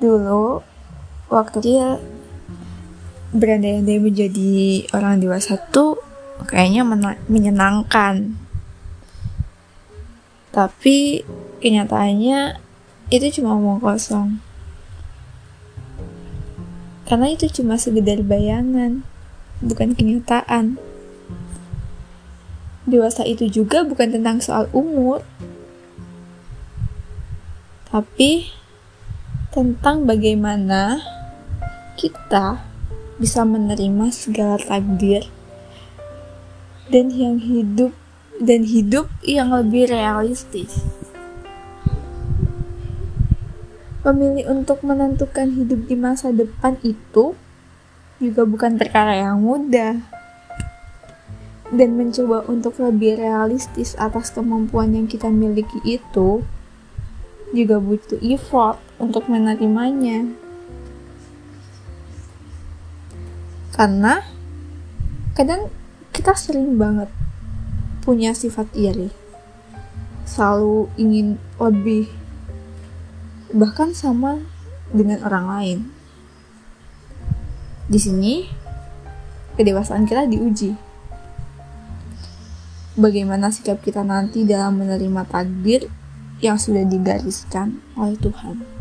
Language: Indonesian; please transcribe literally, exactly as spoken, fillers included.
Dulu waktu dia berandai-andai menjadi orang dewasa tuh kayaknya mena- menyenangkan. Tapi kenyataannya itu cuma omong kosong. Karena itu cuma sekedar bayangan, bukan kenyataan. Dewasa itu juga bukan tentang soal umur, tapi tentang bagaimana kita bisa menerima segala takdir dan yang hidup dan hidup yang lebih realistis. Memilih untuk menentukan hidup di masa depan itu juga bukan perkara yang mudah. Dan mencoba untuk lebih realistis atas kemampuan yang kita miliki itu juga butuh effort untuk menerimanya. Karena kadang kita sering banget punya sifat iri, selalu ingin lebih, bahkan sama dengan orang lain. Di sini kedewasaan kita diuji. Bagaimana sikap kita nanti dalam menerima takdir yang sudah digariskan oleh Tuhan.